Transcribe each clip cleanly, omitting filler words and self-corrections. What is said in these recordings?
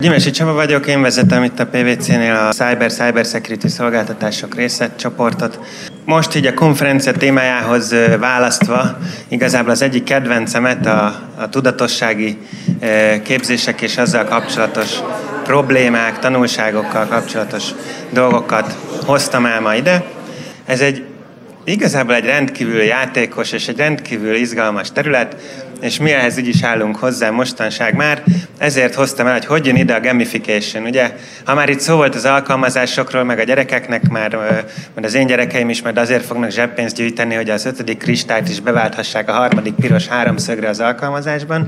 Gyimesi Csaba vagyok, én vezetem itt a PwC-nél a Cyber Security szolgáltatások részletcsoportot. Most így a konferencia témájához választva igazából az egyik kedvencemet a tudatossági képzések és azzal kapcsolatos problémák, tanulságokkal kapcsolatos dolgokat hoztam el ma ide. Ez igazából egy rendkívül játékos és egy rendkívül izgalmas terület, és mi ehhez így is állunk hozzá mostanság már, ezért hoztam el, hogy jön ide a gamification. Ugye, ha már itt szó volt az alkalmazásokról, meg a gyerekeknek már az én gyerekeim is majd azért fognak zseppénzt gyűjteni, hogy az 5. kristályt is beválthassák a 3. piros háromszögre az alkalmazásban,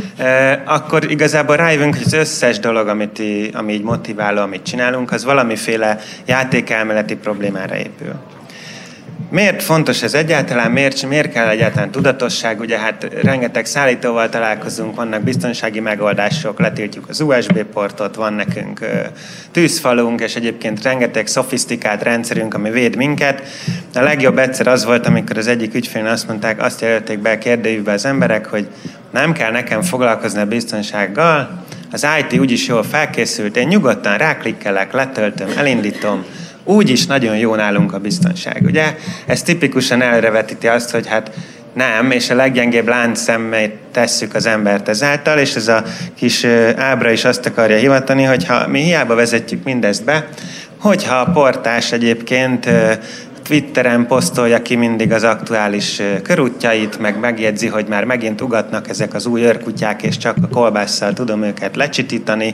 akkor igazából rájövünk, hogy az összes dolog, ami így motiváló, amit csinálunk, az valamiféle játékelméleti problémára épül. Miért fontos ez egyáltalán? Miért kell egyáltalán tudatosság? Ugye hát rengeteg szállítóval találkozunk, vannak biztonsági megoldások, letiltjuk az USB portot, van nekünk tűzfalunk, és egyébként rengeteg szofisztikált rendszerünk, ami véd minket. A legjobb egyszer az volt, amikor az egyik ügyfélnél azt jelölték be a kérdőívbe az emberek, hogy nem kell nekem foglalkozni a biztonsággal, az IT úgyis jól felkészült, én nyugodtan ráklikkelek, letöltöm, elindítom, úgyis nagyon jó nálunk a biztonság, ugye? Ez tipikusan előrevetíti azt, hogy hát nem, és a leggyengébb láncszemmét tesszük az embert ezáltal, és ez a kis ábra is azt akarja hivatani, hogyha mi hiába vezetjük mindezt be, hogyha a portás egyébként Twitteren posztolja ki mindig az aktuális körútjait, meg megjegyzi, hogy már megint ugatnak ezek az új őrkutyák, és csak a kolbásszal tudom őket lecsitítani.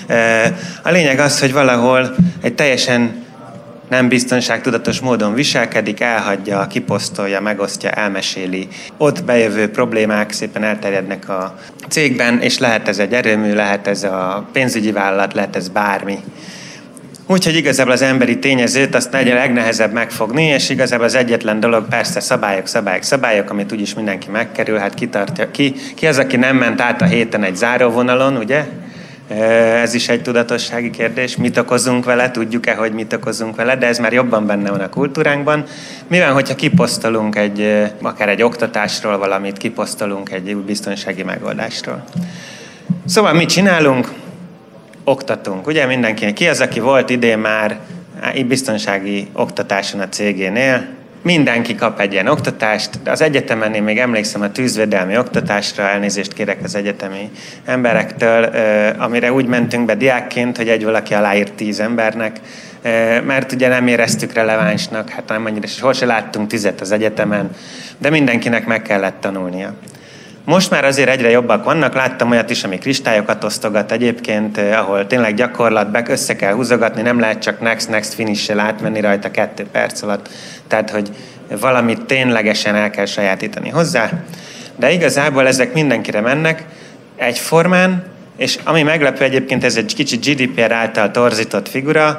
A lényeg az, hogy valahol egy teljesen nem biztonságtudatos módon viselkedik, elhagyja, kiposztolja, megosztja, elmeséli. Ott bejövő problémák szépen elterjednek a cégben, és lehet ez egy erőmű, lehet ez a pénzügyi vállalat, lehet ez bármi. Úgyhogy igazából az emberi tényezőt azt a legnehezebb megfogni, és igazából az egyetlen dolog persze szabályok, amit úgyis mindenki megkerül, hát ki az, aki nem ment át a héten egy záróvonalon, ugye? Ez is egy tudatossági kérdés. Mit okozunk vele? Tudjuk-e, hogy mit okozunk vele? De ez már jobban benne van a kultúránkban. Mi van, hogyha kiposztolunk akár egy oktatásról valamit, kiposztolunk egy biztonsági megoldásról? Szóval mit csinálunk? Oktatunk. Ugye mindenkinek ki az, aki volt idén már biztonsági oktatáson a cégénél? Mindenki kap egy ilyen oktatást, de az egyetemen én még emlékszem a tűzvédelmi oktatásra, elnézést kérek az egyetemi emberektől, amire úgy mentünk be diákként, hogy egy valaki aláírt 10 embernek, mert ugye nem éreztük relevánsnak, hát nem annyira, és hol se láttunk 10 az egyetemen, de mindenkinek meg kellett tanulnia. Most már azért egyre jobbak vannak, láttam olyat is, ami kristályokat osztogat egyébként, ahol tényleg gyakorlatban össze kell húzogatni, nem lehet csak next finish-sel átmenni rajta 2 perc alatt, tehát hogy valamit ténylegesen el kell sajátítani hozzá, de igazából ezek mindenkire mennek egyformán, és ami meglepő egyébként, ez egy kicsit GDPR által torzított figura,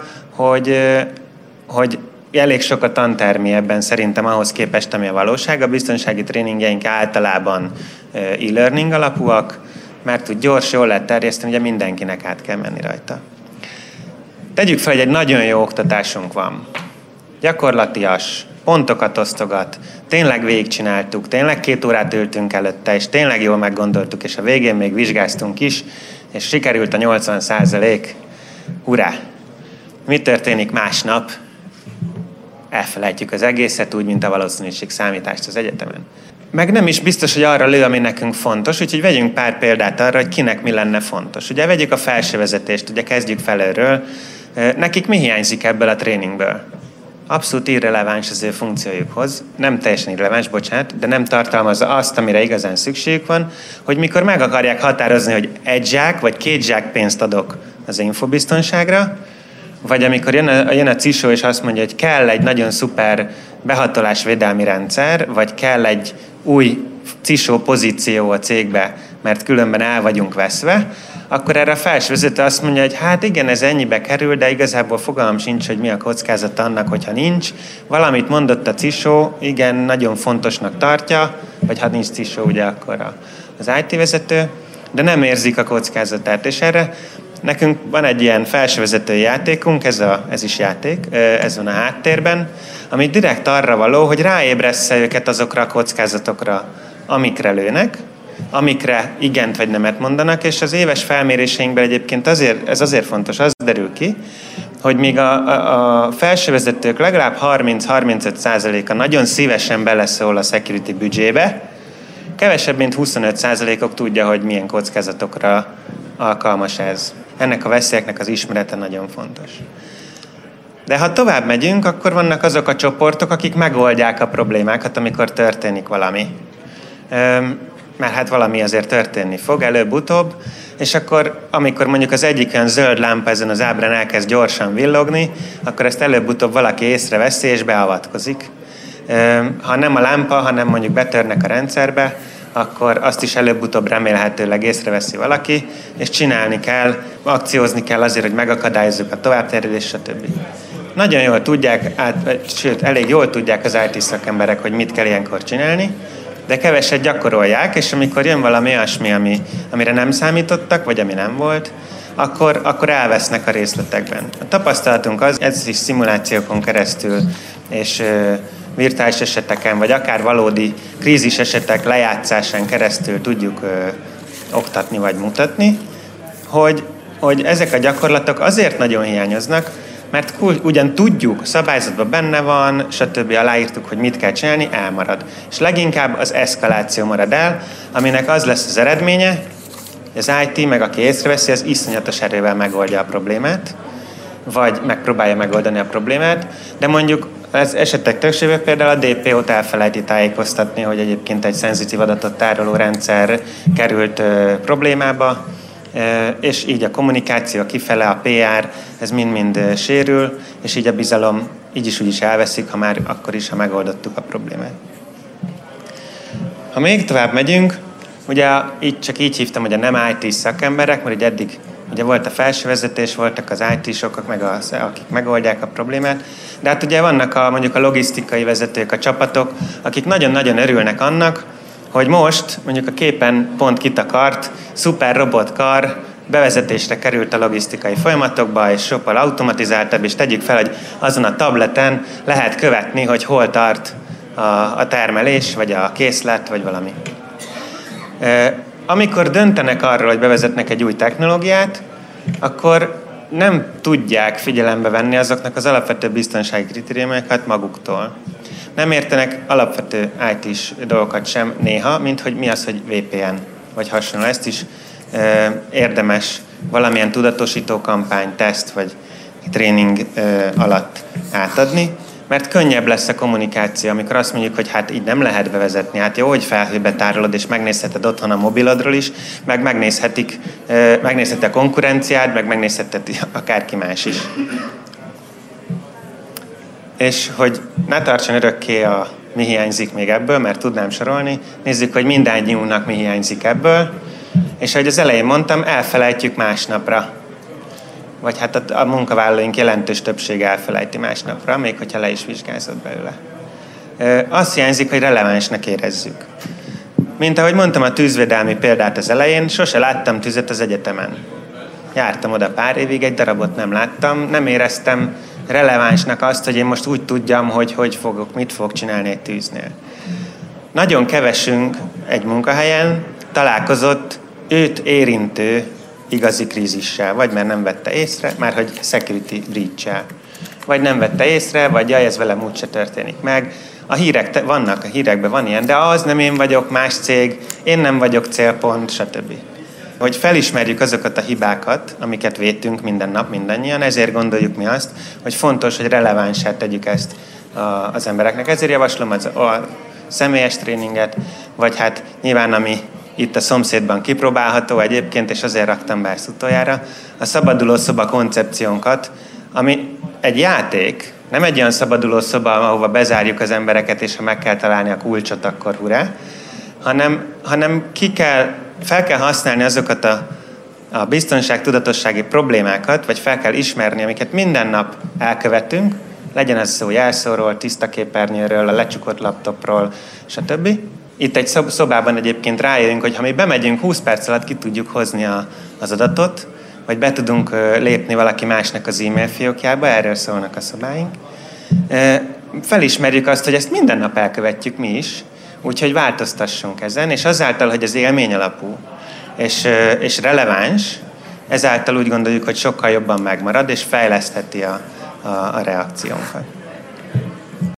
hogy elég sok a tantermi ebben szerintem ahhoz képest, ami a valóság. A biztonsági tréningjeink általában e-learning alapúak, mert úgy gyors, jól lehet terjeszteni, ugye mindenkinek át kell menni rajta. Tegyük fel, hogy egy nagyon jó oktatásunk van. Gyakorlatias, pontokat osztogat, tényleg végigcsináltuk, tényleg 2 órát ültünk előtte, és tényleg jól meggondoltuk, és a végén még vizsgáztunk is, és sikerült a 80%. Hurrá! Mi történik másnap? Elfelejtjük az egészet, úgy, mint a valószínűségszámítást az egyetemen. Meg nem is biztos, hogy arra lő, ami nekünk fontos, úgyhogy vegyünk pár példát arra, hogy kinek mi lenne fontos. Ugye vegyük a felsővezetést, ugye kezdjük felülről. Nekik mi hiányzik ebből a tréningből? Abszolút irreleváns az ő funkciójukhoz, nem teljesen irreleváns, bocsánat, de nem tartalmazza azt, amire igazán szükségük van, hogy mikor meg akarják határozni, hogy 1 zsák vagy 2 zsák pénzt adok az infobiztonságra, vagy amikor jön a CISO és azt mondja, hogy kell egy nagyon szuper behatolásvédelmi rendszer, vagy kell egy új CISO pozíció a cégbe, mert különben el vagyunk veszve, akkor erre a felsővezető azt mondja, hogy hát igen, ez ennyibe kerül, de igazából fogalmam sincs, hogy mi a kockázata annak, hogyha nincs. Valamit mondott a CISO, igen, nagyon fontosnak tartja, vagy ha nincs CISO, ugye akkor az IT vezető, de nem érzik a kockázatát, és erre nekünk van egy ilyen felsővezetői játékunk, ez is játék, ez van a háttérben, ami direkt arra való, hogy ráébressze őket azokra a kockázatokra, amikre lőnek, amikre igent vagy nemet mondanak, és az éves felméréseinkben egyébként ez azért fontos, az derül ki, hogy míg a felsővezetők legalább 30-35%-a nagyon szívesen beleszól a security büdzsébe, kevesebb, mint 25%-ok tudja, hogy milyen kockázatokra alkalmas ez. Ennek a veszélyeknek az ismerete nagyon fontos. De ha tovább megyünk, akkor vannak azok a csoportok, akik megoldják a problémákat, amikor történik valami. Mert hát valami azért történni fog, előbb-utóbb, és akkor, amikor mondjuk az egyik olyan zöld lámpa ezen az ábrán elkezd gyorsan villogni, akkor ezt előbb-utóbb valaki észreveszi és beavatkozik. Ha nem a lámpa, hanem mondjuk betörnek a rendszerbe, akkor azt is előbb-utóbb remélhetőleg észreveszi valaki, és csinálni kell, akciózni kell azért, hogy megakadályozzuk a továbbterjedést, stb. Nagyon jól tudják, sőt, elég jól tudják az IT szakemberek, hogy mit kell ilyenkor csinálni, de keveset gyakorolják, és amikor jön valami olyasmi, amire nem számítottak, vagy ami nem volt, akkor elvesznek a részletekben. A tapasztalatunk az, ez is szimulációkon keresztül, és virtuális eseteken, vagy akár valódi krízis esetek lejátszásán keresztül tudjuk oktatni vagy mutatni, hogy ezek a gyakorlatok azért nagyon hiányoznak, mert ugyan tudjuk, szabályzatban benne van, stb. Aláírtuk, hogy mit kell csinálni, elmarad. És leginkább az eszkaláció marad el, aminek az lesz az eredménye, hogy az IT, meg aki észreveszi, az iszonyatos erővel megoldja a problémát, vagy megpróbálja megoldani a problémát, de mondjuk az esetek többségében például a DPO-t elfelejti tájékoztatni, hogy egyébként egy szenzitív adatot tároló rendszer került problémába, és így a kommunikáció, a kifele, a PR, ez mind-mind sérül, és így a bizalom így is úgy is elveszik, ha már akkor is, ha megoldottuk a problémát. Ha még tovább megyünk, ugye csak így hívtam, hogy a nem IT szakemberek, mert ugye eddig ugye volt a felsővezetés, voltak az IT-sokok, meg akik megoldják a problémát, de hát ugye vannak mondjuk a logisztikai vezetők, a csapatok, akik nagyon-nagyon örülnek annak, hogy most mondjuk a képen pont kitakart, szuper robotkar bevezetésre került a logisztikai folyamatokba, és sokkal automatizáltabb, és tegyük fel, hogy azon a tableten lehet követni, hogy hol tart a termelés, vagy a készlet, vagy valami. Amikor döntenek arról, hogy bevezetnek egy új technológiát, akkor nem tudják figyelembe venni azoknak az alapvető biztonsági kritériumokat maguktól. Nem értenek alapvető IT-s dolgokat sem néha, mint hogy mi az, hogy VPN, vagy hasonló. Ezt is érdemes valamilyen tudatosító kampány, teszt, vagy tréning alatt átadni, mert könnyebb lesz a kommunikáció, amikor azt mondjuk, hogy hát így nem lehet bevezetni. Hát jó, hogy felhőbe tárolod, és megnézheted otthon a mobilodról is, meg megnézheti a konkurenciád, meg megnézheti akárki más is. És hogy ne tartson örökké mi hiányzik még ebből, mert tudnám sorolni, nézzük, hogy mindannyiunknak mi hiányzik ebből, és ahogy az elején mondtam, elfelejtjük másnapra. Vagy hát a munkavállalóink jelentős többsége elfelejti másnapra, még hogyha le is vizsgázott belőle. Azt hiányzik, hogy relevánsnak érezzük. Mint ahogy mondtam a tűzvédelmi példát az elején, sose láttam tüzet az egyetemen. Jártam oda pár évig, egy darabot nem láttam, nem éreztem relevánsnak azt, hogy én most úgy tudjam, hogy mit fogok csinálni egy tűznél. Nagyon kevesünk egy munkahelyen találkozott őt érintő igazi krízissel, vagy mert nem vette észre, már hogy security breach-el. Vagy nem vette észre, vagy jaj, ez velem úgyse történik meg. A hírekben van ilyen, de az nem én vagyok, más cég, én nem vagyok célpont, stb. Hogy felismerjük azokat a hibákat, amiket vétünk minden nap, mindannyian, ezért gondoljuk mi azt, hogy fontos, hogy relevánsá tegyük ezt az embereknek. Ezért javaslom a személyes tréninget, vagy hát nyilván ami itt a szomszédban kipróbálható egyébként, és azért raktam be ezt utoljára, a szabadulószoba koncepciónkat, ami egy játék, nem egy olyan szabadulószoba, ahova bezárjuk az embereket, és ha meg kell találni a kulcsot, akkor hurrá, hanem fel kell használni azokat a biztonságtudatossági problémákat, vagy fel kell ismerni, amiket minden nap elkövetünk, legyen az szó jelszóról, tiszta képernyőről, a lecsukott laptopról, stb. Itt egy szobában egyébként rájövünk, hogy ha mi bemegyünk 20 perc alatt ki tudjuk hozni az adatot, vagy be tudunk lépni valaki másnak az e-mail fiókjába, erről szólnak a szobáink. Felismerjük azt, hogy ezt minden nap elkövetjük mi is, Úgyhogy változtassunk ezen, és azáltal, hogy az élmény alapú és releváns, ezáltal úgy gondoljuk, hogy sokkal jobban megmarad, és fejlesztheti a reakciónkat.